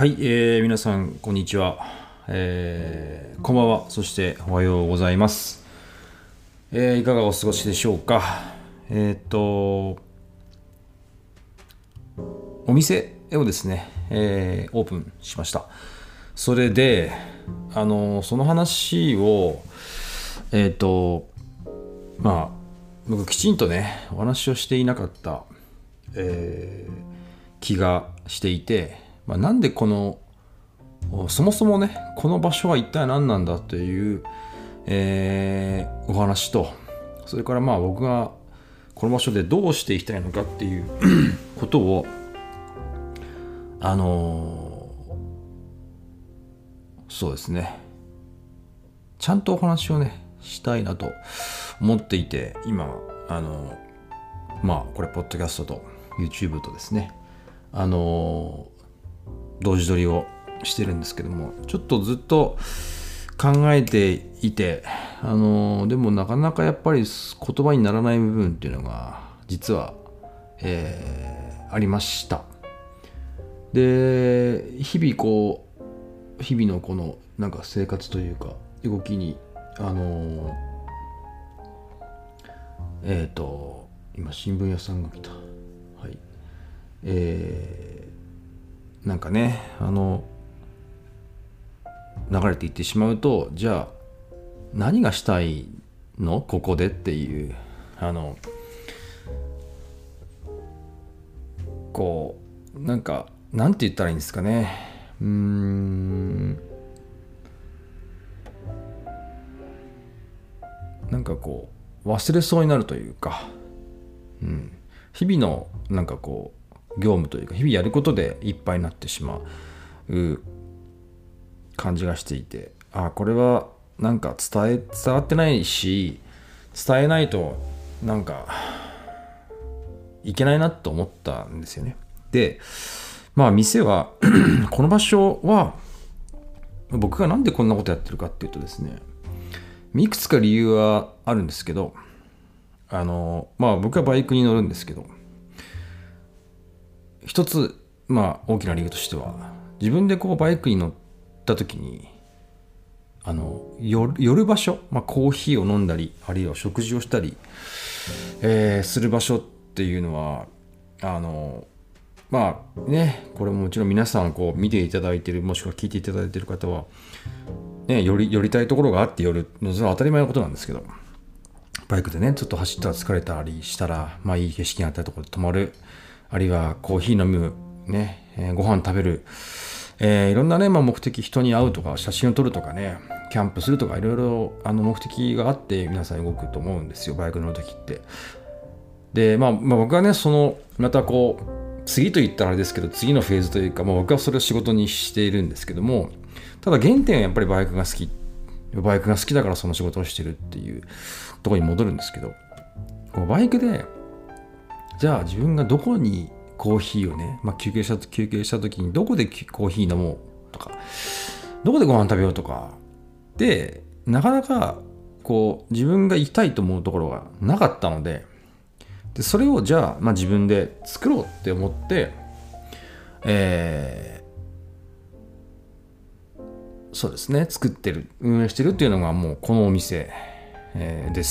はい、皆さんこんにちは、こんばんは、そしておはようございます。いかがお過ごしでしょうか。お店をですね、オープンしました。それでその話を僕きちんとねお話をしていなかった、気がしていて、なんでそもそもねこの場所は一体何なんだという、お話と、それから僕がこの場所でどうしていきたいのかっていうことをそうですね、ちゃんとお話をねしたいなと思っていて、今これポッドキャストと YouTube とですね同時撮りをしてるんですけども、ちょっとずっと考えていてでもなかなかやっぱり言葉にならない部分っていうのが実は、ありました。で日々のこの生活というか動きに今新聞屋さんが来た。はい。流れていってしまうと、じゃあ何がしたいのここでっていうなんて言ったらいいんですかね。忘れそうになるというか、日々の業務というか、日々やることでいっぱいになってしまう感じがしていて、これは伝わってないし、伝えないといけないなと思ったんですよね。で店はこの場所は僕がなんでこんなことやってるかっていうとですね、いくつか理由はあるんですけど、僕はバイクに乗るんですけど、一つ大きな理由としては、自分でバイクに乗った時に寄る場所、コーヒーを飲んだり、あるいは食事をしたり、する場所っていうのはこれももちろん皆さん見ていただいている、もしくは聞いていただいている方は寄りたいところがあって寄るの、それは当たり前のことなんですけど、バイクでねちょっと走ったら疲れたりしたら、いい景色があったところで止まる、あるいはコーヒー飲むね、ご飯食べる、いろんなね、目的、人に会うとか写真を撮るとかね、キャンプするとか、いろいろ目的があって皆さん動くと思うんですよ、バイク乗る時って。で僕はねまた次と言ったらあれですけど、次のフェーズというか、僕はそれを仕事にしているんですけども、ただ原点はやっぱりバイクが好きだからその仕事をしてるっていうところに戻るんですけど、バイクでじゃあ自分がどこにコーヒーをね、休憩した時にどこでコーヒー飲もうとか、どこでご飯食べようとかで、なかなか自分が行きたいと思うところがなかったので、それをじゃあ、自分で作ろうって思って、そうですね、作ってる、運営してるっていうのがもうこのお店、です。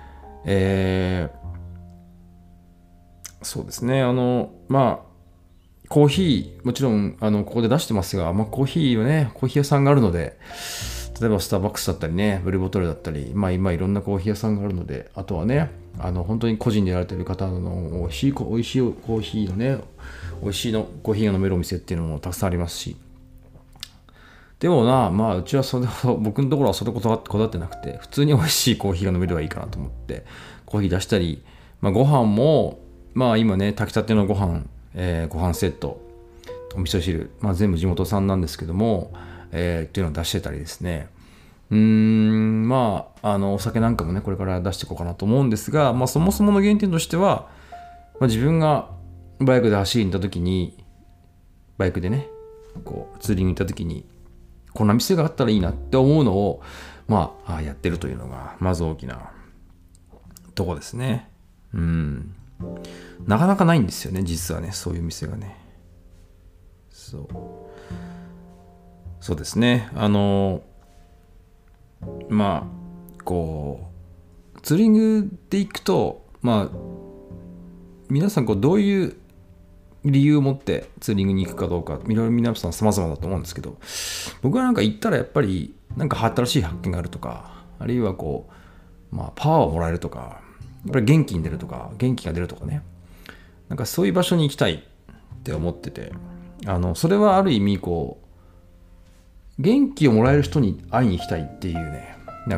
そうですね、コーヒーもちろんここで出してますが、コーヒーはね、コーヒー屋さんがあるので、例えばスターバックスだったりね、ブルーボトルだったり、今いろんなコーヒー屋さんがあるので、あとはね、本当に個人でやられている方の美味しいコーヒーのね、美味しいのコーヒーが飲めるお店っていうのもたくさんありますし、でもうちは僕のところはそれこだわってなくて、普通に美味しいコーヒーが飲めればいいかなと思ってコーヒー出したり、ご飯も今ね、炊きたてのご飯セット、お味噌汁、全部地元産なんですけども、っていうのを出してたりですね。お酒なんかもね、これから出していこうかなと思うんですが、そもそもの原点としては、自分がバイクで走りに行った時に、バイクでね、ツーリング行った時に、こんな店があったらいいなって思うのを、やってるというのが、まず大きなとこですね。なかなかないんですよね、実はね、そういう店がね。そう。 そうですね。まあこうツーリングで行くと、まあ皆さんどういう理由を持ってツーリングに行くかどうか、いろいろ皆さん様々だと思うんですけど、僕は行ったらやっぱり新しい発見があるとか、あるいはパワーをもらえるとか、やっぱり元気に出るとか、元気が出るとかね、そういう場所に行きたいって思ってて、それはある意味元気をもらえる人に会いに行きたいっていうね、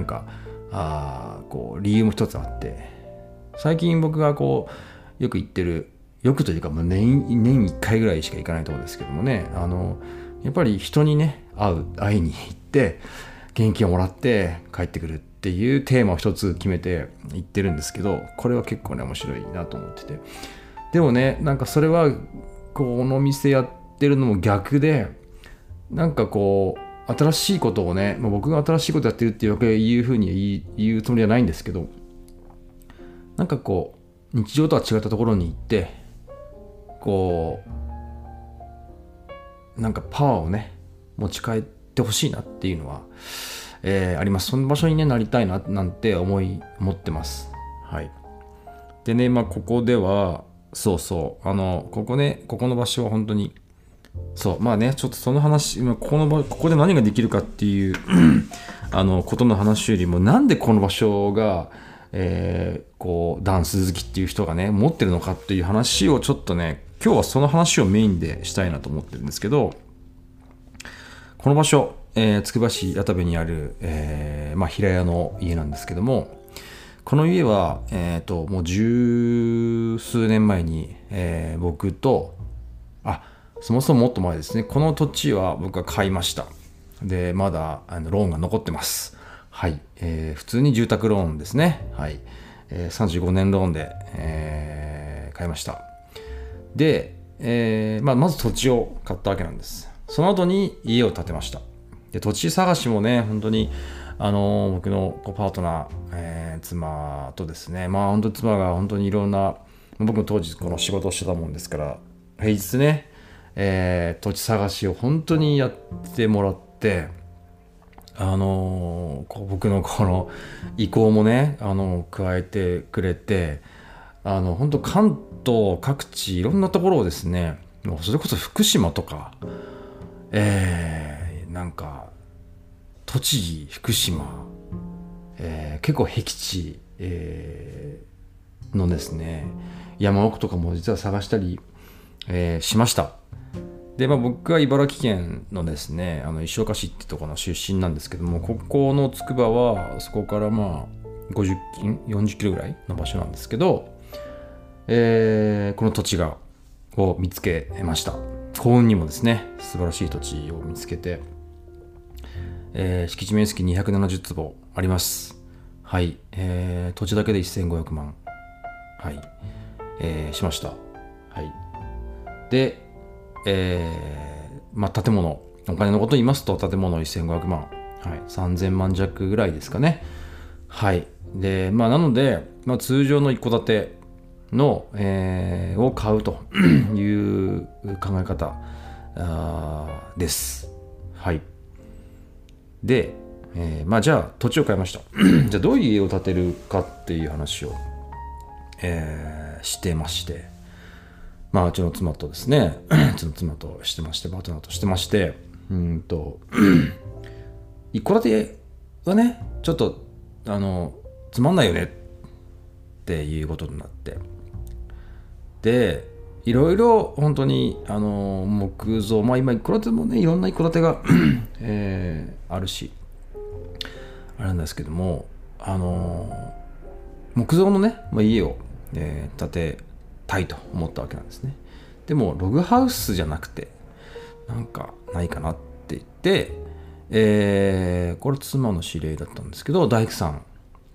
理由も一つあって、最近僕がよく行ってる、よくというか年1回ぐらいしか行かないところですけどもね、やっぱり人にね会いに行って元気をもらって帰ってくるっていうテーマを一つ決めて行ってるんですけど、これは結構ね面白いなと思ってて、でもねそれはこの店やってるのも逆で、新しいことをね、僕が新しいことやってるっていうふうに言うつもりはないんですけど、日常とは違ったところに行ってパワーをね持ち帰ってほしいなっていうのは、あります。その場所に、ね、なりたいななんて思ってます。はい。でね、ここではここの場所は本当にちょっとその話、ここで何ができるかっていうことの話よりも、なんでこの場所がダンス好きっていう人がね持ってるのかっていう話をちょっとね、今日はその話をメインでしたいなと思ってるんですけど、この場所、つくば市谷田部にある、平屋の家なんですけども、この家は、もう十数年前に、僕とそもそももっと前ですね、この土地は僕が買いました。でまだローンが残ってます。はい、普通に住宅ローンですね。はい、35年ローンで、買いました。で、まず土地を買ったわけなんです。その後に家を建てました。で土地探しもね、本当に僕のパートナー、妻とですね、本当に妻が本当にいろんな、僕も当時この仕事をしてたもんですから、平日ね、土地探しを本当にやってもらって、僕のこの意向もね加えてくれて、本当関東各地いろんなところをですね、それこそ福島とか、栃木、福島、結構僻地、のですね山奥とかも実は探したり、しました。で僕は茨城県のですね石岡市ってところの出身なんですけども、ここのつくばはそこから40キロぐらいの場所なんですけど、この土地を見つけました。幸運にもですね素晴らしい土地を見つけて、敷地面積270坪あります。はい、土地だけで1500万、はい、しました。はい。で建物、お金のことを言いますと建物1500万、はい、3000万弱ぐらいですかね。はい。でなので、通常の一戸建ての、を買うという考え方です。はい。で、じゃあ土地を買いました。じゃあどういう家を建てるかっていう話を、してまして、うちの妻とですねうちの妻としてまして、パートナーとしてまして、一戸建てはねちょっとつまんないよねっていうことになって、でいろいろ本当に木造、今一戸建てもねいろんな一戸建てが、あるしあれなんですけども、木造のね、家を、建てたいと思ったわけなんですね。でもログハウスじゃなくてないかなって言って、これ妻の指令だったんですけど、大工さん、を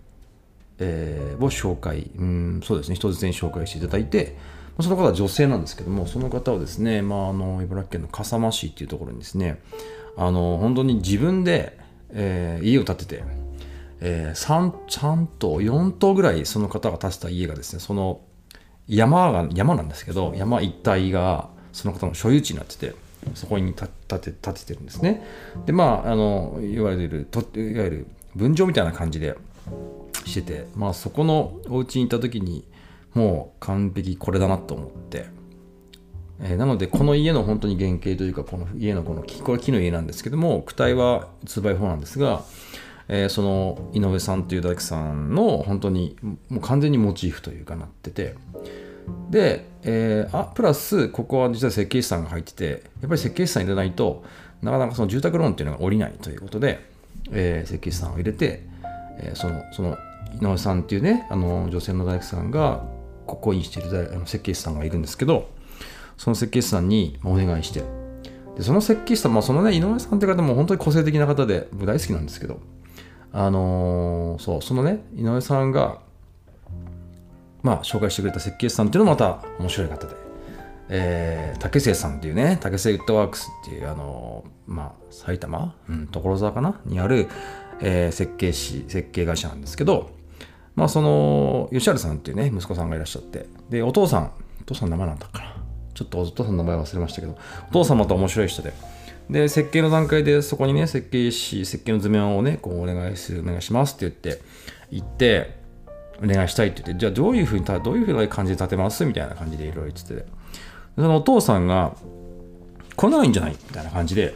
紹介、そうですね、人づてに紹介していただいて、その方は女性なんですけども、その方をですね、茨城県の笠間市っていうところにですね、本当に自分で、家を建てて、3棟4棟ぐらいその方が建てた家がですね、その山なんですけど、山一帯がその方の所有地になってて、 そこに立ててるんですね。でいわゆる分譲みたいな感じでしてて、そこのお家に行った時にもう完璧これだなと思って、なのでこの家の本当に原型というか、この家のこれは木の家なんですけども、躯体は 2x4 なんですが、その井上さんという大工さんの本当にもう完全にモチーフというかなってて、で、プラスここは実は設計士さんが入ってて、やっぱり設計士さん入れないとなかなかその住宅ローンっていうのが下りないということで、設計士さんを入れて、その井上さんっていうね、女性の大工さんがここにしている設計士さんがいるんですけど、その設計士さんにお願いして、でその設計士さん、そのね井上さんって方も本当に個性的な方で僕大好きなんですけど、そのね井上さんが紹介してくれた設計士さんっていうのもまた面白い方で、竹瀬さんっていうね、竹瀬ウッドワークスっていう埼玉、所沢かなにある、設計会社なんですけど、その吉原さんっていうね息子さんがいらっしゃって、でお父さんの名前なんだったかな、ちょっとお父さんの名前忘れましたけど、お父さんまた面白い人で、設計の段階でそこにね設計の図面をねこうお願いしますって言ってお願いしたいって言って、じゃあどういうふうな感じで建てますみたいな感じでいろいろ言ってて、そのお父さんがこんなのいいんじゃないみたいな感じで、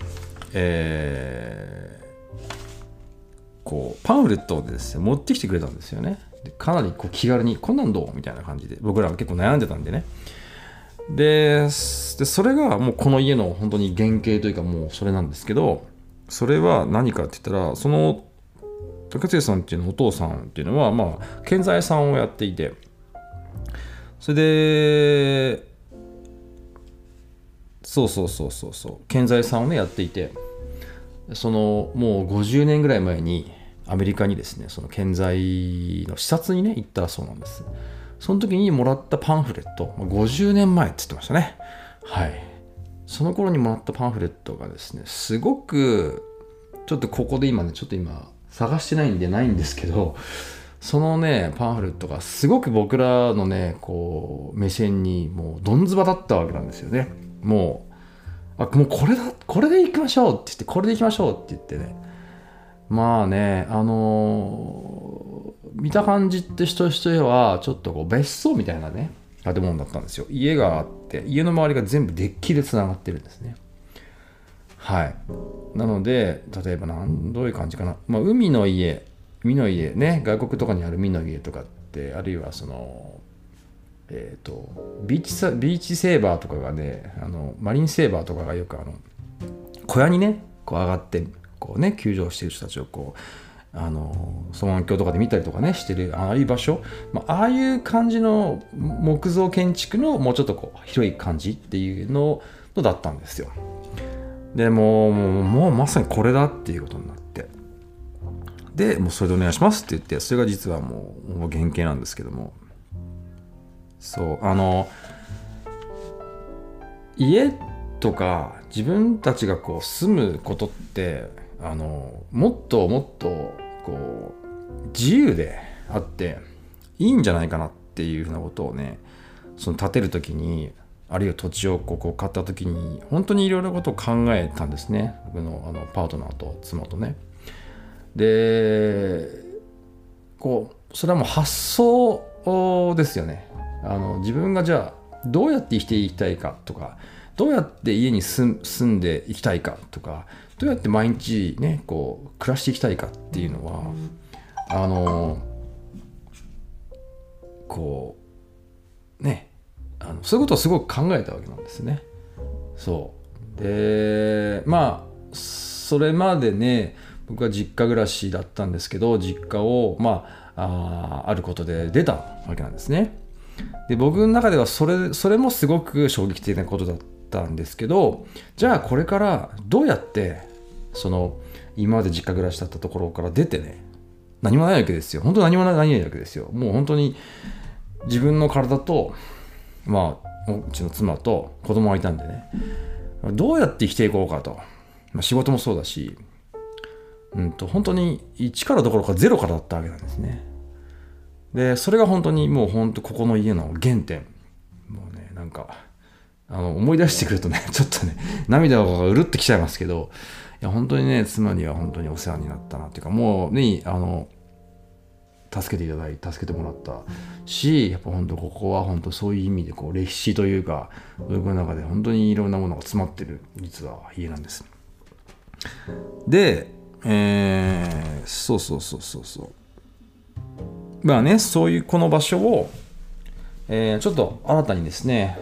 こうパンフレットでですね持ってきてくれたんですよね。でかなりこう気軽にこんなんどうみたいな感じで、僕らは結構悩んでたんでね。でそれがもうこの家の本当に原型というか、もうそれなんですけど、それは何かって言ったら、その竹瀬さんっていうのお父さんっていうのは建材屋さんをやっていて、それで建材屋さんをねやっていて、そのもう50年ぐらい前にアメリカにですね、その建材の視察にね行ったそうなんです。その時にもらったパンフレット、50年前って言ってましたね。はい。その頃にもらったパンフレットがですね、すごくちょっとここで今探してないんでないんですけど、そのねパンフレットがすごく僕らのねこう目線にもうどんずばだったわけなんですよね。もうこれで行きましょうって言って、これで行きましょうって言ってね、見た感じって人としてはちょっとこう別荘みたいなね建物だったんですよ。家があって、家の周りが全部デッキでつながってるんですね。はい。なので例えばどういう感じかな、海の家ね、外国とかにある海の家とかって、あるいはそのビーチセーバーとかがね、マリンセーバーとかがよく小屋にねこう上がってこうね救助してる人たちをこう双眼鏡とかで見たりとかねしてるああいう場所、ああいう感じの木造建築のもうちょっとこう広い感じっていうのだったんですよ。でもうまさにこれだっていうことになって、でもうそれでお願いしますって言って、それが実はもう原型なんですけども、家とか自分たちがこう住むことってもっともっとこう自由であっていいんじゃないかなっていうふうなことをね、その建てる時に、あるいは土地をこう買った時に本当にいろいろなことを考えたんですね。僕のパートナーと妻とね。でそれはもう発想ですよね。自分がじゃあどうやって生きていきたいかとか、どうやって家に住んでいきたいかとか、どうやって毎日ねこう暮らしていきたいかっていうのはこうねそういうことをすごく考えたわけなんですね。そうでそれまでね僕は実家暮らしだったんですけど、実家をあることで出たわけなんですね。で僕の中ではそれもすごく衝撃的なことだったんですけど、じゃあこれからどうやってその今まで実家暮らしだったところから出てね、何もないわけですよ。本当何もないわけですよ。もう本当に自分の体とうちの妻と子供がいたんでね、どうやって生きていこうかと、仕事もそうだし、本当に1からどころか0からだったわけなんですね。でそれが本当にもうここの家の原点、もうね思い出してくるとね、ちょっとね、涙がうるってきちゃいますけど、いや、本当にね、妻には本当にお世話になったなっていうか、もうね、助けていただいて、助けてもらったし、やっぱ本当ここは本当そういう意味で、歴史というか、僕の中で本当にいろんなものが詰まってる、実は家なんです。で、そうそうそうそうそう。まあね、そういうこの場所を、ちょっと新たにですね、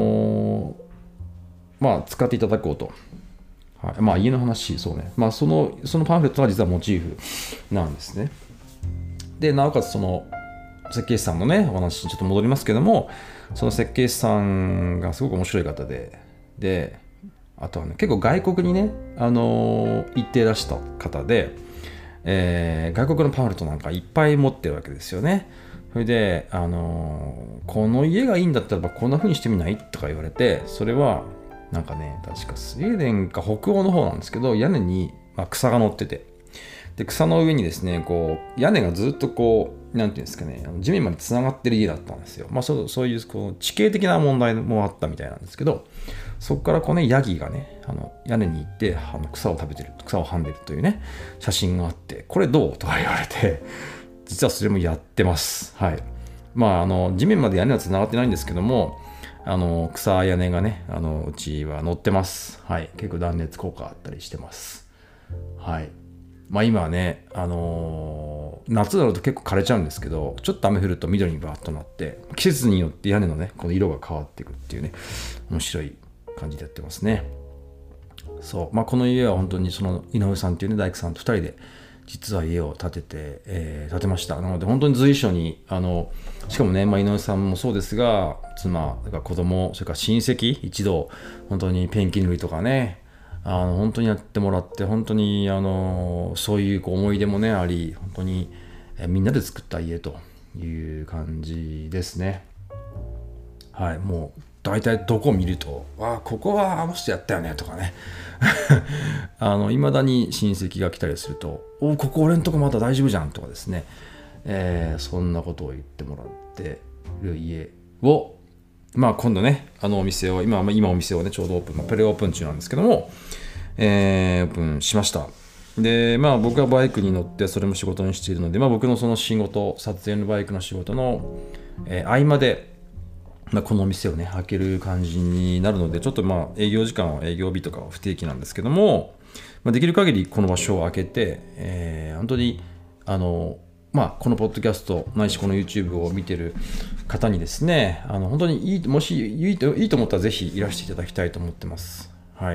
使っていただこうと。はい、まあ家の話、そうね。まあそのパンフレットは実はモチーフなんですね。で、なおかつその設計士さんのね、お話にちょっと戻りますけども、その設計士さんがすごく面白い方で、あとはね、結構外国にね、行ってらした方で、外国のパンフレットなんかいっぱい持ってるわけですよね。それで、この家がいいんだったらばこんな風にしてみないとか言われて、それはなんかね、確かスウェーデンか北欧の方なんですけど、屋根に、草が乗ってて、で草の上にですね、屋根がずっとなんていうんですかね、地面までつながってる家だったんですよ。そういう地形的な問題もあったみたいなんですけど、そこからヤギがね、屋根に行って草を食べてる、草をはんでるというね、写真があって、これどうとか言われて、実はそれもやってます。はい。地面まで屋根はつながってないんですけども、草屋根がね、うちは乗ってます。はい。結構断熱効果あったりしてます。はい。今はね、夏になると結構枯れちゃうんですけど、ちょっと雨降ると緑にバーッとなって、季節によって屋根のね、この色が変わっていくっていうね、面白い感じでやってますね。そう。この家は本当にその井上さんっていうね、大工さんと2人で、実は家を建てました。なので本当に随所に、しかもね、井上さんもそうですが、妻、子供、それから親戚一同、本当にペンキ塗りとかね、本当にやってもらって、本当にそういう思い出もねあり、本当にみんなで作った家という感じですね。はい、もう大体どこを見ると、ここはあの人やったよねとかね、いまだに親戚が来たりすると、ここ俺んとこまだ大丈夫じゃんとかですね、そんなことを言ってもらってる家を、今度ね、お店を今お店をね、ちょうどプレオープン中なんですけども、オープンしました。で、僕はバイクに乗ってそれも仕事にしているので、僕のその仕事、撮影のバイクの仕事の、合間で、このお店をね、開ける感じになるので、ちょっと営業時間は営業日とかは不定期なんですけども、できる限りこの場所を開けて、本当に、このポッドキャスト、ないしこの YouTube を見てる方にですね、本当にもしいいと思ったらぜひいらしていただきたいと思ってます。はい。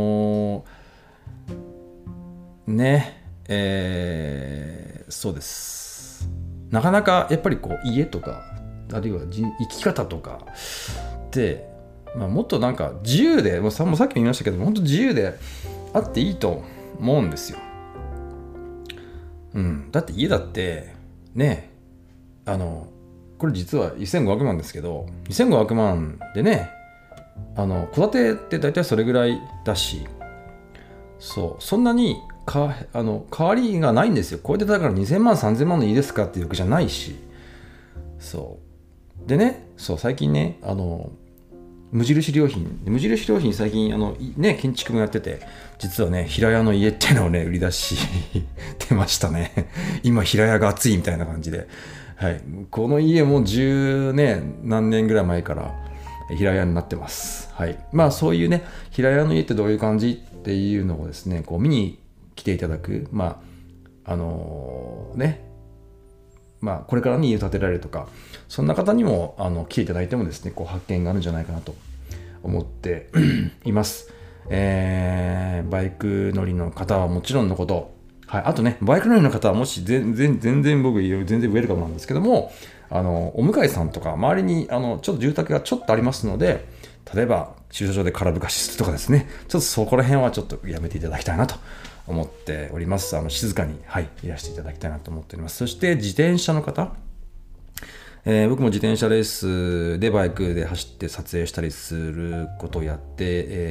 そうです。なかなかやっぱり家とか、あるいは生き方とかって、もっとなんか自由で、さっきも言いましたけど、本当自由であっていいと思うんですよ。だって家だってね、これ実は1500万ですけど、2500万でね、戸建てって大体それぐらいだし、そんなに変わりがないんですよ。これでだから2000万3000万のいいですかっていうわけじゃないし、でね、最近ね、無印良品最近建築もやってて、実はね、平屋の家っていうのをね、売り出してましたね。今平屋が熱いみたいな感じで、はい、この家も何年ぐらい前から平屋になってます。はい。そういうね、平屋の家ってどういう感じっていうのをですね、見に来ていただく、これから家を建てられるとか、そんな方にも来ていただいてもですね、発見があるんじゃないかなと思っています。バイク乗りの方はもちろんのこと、はい、あとね、バイク乗りの方はもし全然僕全然ウェルカムなんですけども、お向かいさんとか周りにちょっと住宅がちょっとありますので、例えば駐車場で空ぶかしするとかですね、ちょっとそこら辺はちょっとやめていただきたいなと思っております。静かに、はい、いらしていただきたいなと思っております。そして自転車の方、僕も自転車レースでバイクで走って撮影したりすることをやって、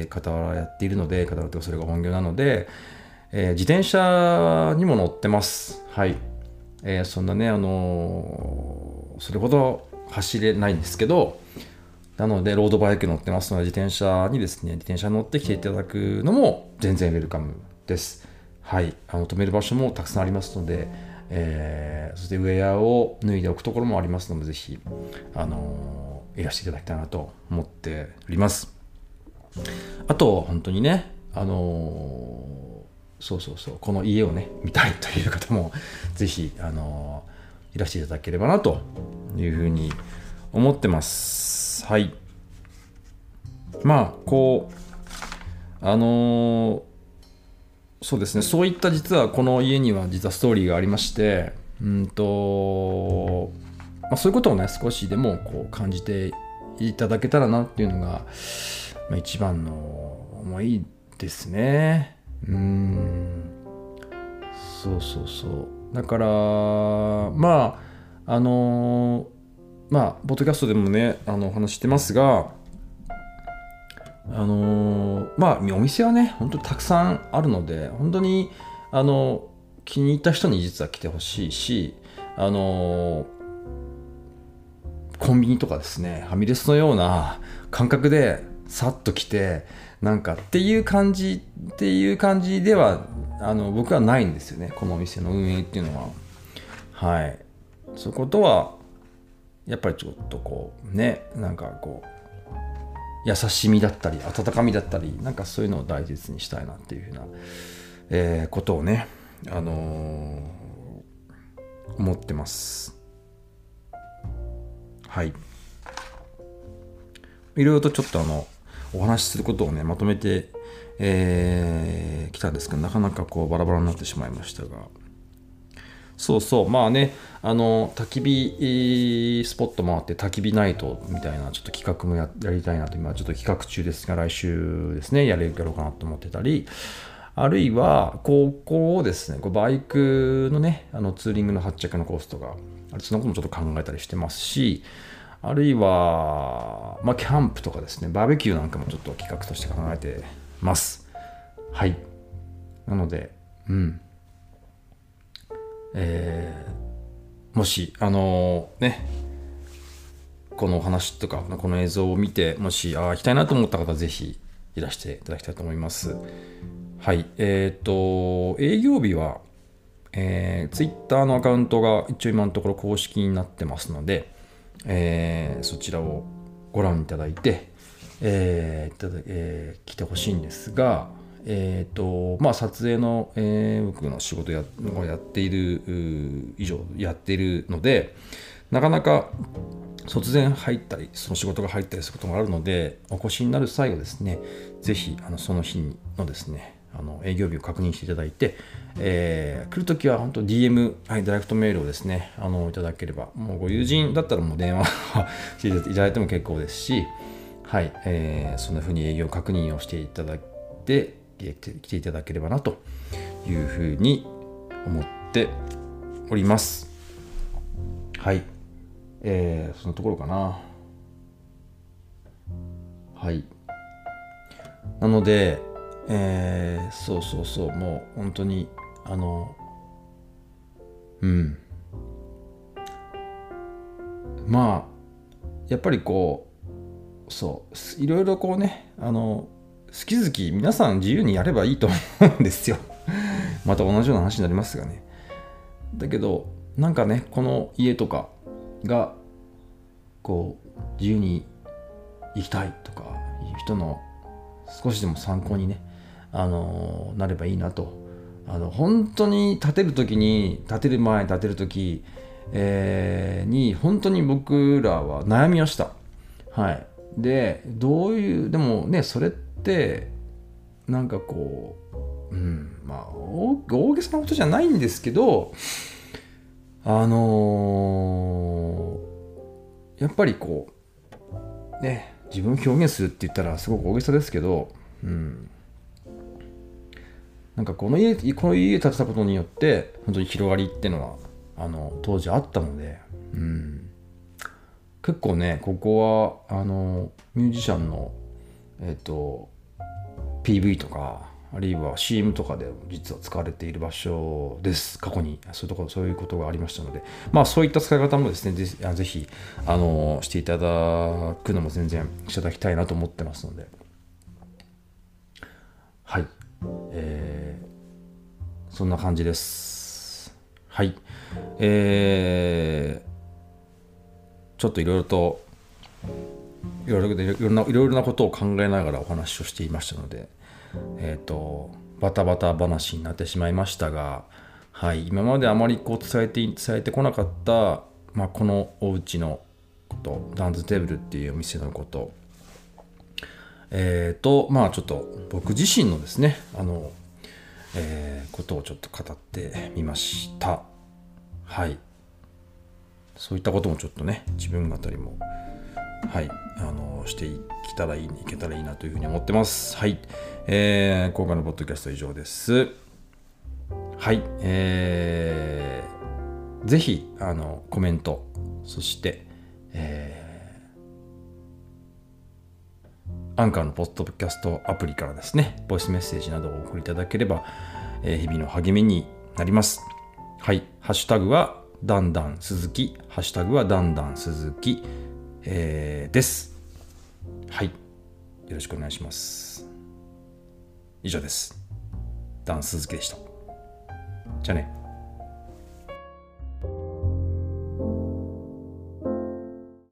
傍らやっているので、傍らとかそれが本業なので、自転車にも乗ってます。はい。そんなね、それほど走れないんですけど、 なのでロードバイク乗ってますので、自転車に乗ってきていただくのも全然ウェルカムです。はい、止める場所もたくさんありますので、そしてウェアを脱いでおくところもありますので、ぜひいらしていただきたいなと思っております。あと本当にね、この家をね見たいという方もぜひいらしていただければなというふうに思ってます。はい。まあこうそうですね、そういった実はこの家には実はストーリーがありまして、そういうことをね少しでもこう感じていただけたらなっていうのが、一番の思いですね。だからポッドキャストでもねお話してますが、お店はね本当にたくさんあるので、本当に気に入った人に実は来てほしいし、コンビニとかですね、ファミレスのような感覚でさっと来てなんかっていう感じでは僕はないんですよね、このお店の運営っていうのは。はい、そういうことはやっぱりちょっとこうね、なんかこう優しみだったり温かみだったり、なんかそういうのを大切にしたいなっていうふうな、ことをね、思ってます。はい。いろいろとちょっとお話しすることをねまとめてきたんですけど、なかなかこうバラバラになってしまいましたが、焚き火スポットもあって、焚き火ナイトみたいなちょっと企画も やりたいなと今ちょっと企画中ですが、来週ですねやろうかなと思ってたり、あるいはここをですねバイクのねツーリングの発着のコストがそのこともちょっと考えたりしてますし、あるいはキャンプとかですね、バーベキューなんかもちょっと企画として考えてます。はい。なのでもしこのお話とかこの映像を見て、もし行きたいなと思った方はぜひいらしていただきたいと思います。はい。営業日は、Twitter のアカウントが一応今のところ公式になってますので、そちらをご覧いただいて、来てほしいんですが、撮影の、僕の仕事をやっているので、なかなか突然入ったりその仕事が入ったりすることもあるので、お越しになる際はですね、ぜひその日のですね営業日を確認していただいて、来るときは本当 DM、ダイレクトメールをですねいただければ、もうご友人だったらもう電話していただいても結構ですし、はい、そんな風に営業確認をしていただいて来ていただければなというふうに思っております。はい、そのところかな。はい。なので、もう本当にやっぱりこういろいろこうね好き好き皆さん自由にやればいいと思うんですよ。また同じような話になりますがね。だけどなんかね、この家とかがこう自由に行きたいとかいう人の少しでも参考にねなればいいなと。本当に建てる時に建てる時、に本当に僕らは悩みました。はい。ででもね、それってなんかこう大げさなことじゃないんですけど、やっぱりこうね、自分を表現するって言ったらすごく大げさですけど、なんかこの家建てたことによって本当に広がりっていうのは当時あったので、結構ね、ここはミュージシャンのPV とかあるいは CM とかで実は使われている場所です。過去にそういうことがありましたので、そういった使い方もですね、ぜひしていただくのも全然していただきたいなと思ってますので、はい、そんな感じです。はい、ちょっといろいろなことを考えながらお話をしていましたので、バタバタ話になってしまいましたが、はい、今まであまり伝えてこなかった、このお家のこと、ダンズテーブルっていうお店のこと、ちょっと僕自身のですね、ことをちょっと語ってみました。はい。そういったこともちょっとね、自分語りも、はい、していけたらいいなというふうに思ってます。はい。今回のポッドキャストは以上です。はい。ぜひ、コメント、そして、アンカーのポッドキャストアプリからですね、ボイスメッセージなどをお送りいただければ、日々の励みになります。はい。ハッシュタグは、だんだん鈴木、ハッシュタグはだんだん鈴木、です。はい。よろしくお願いします。以上です。ダン鈴木でした。じゃあね。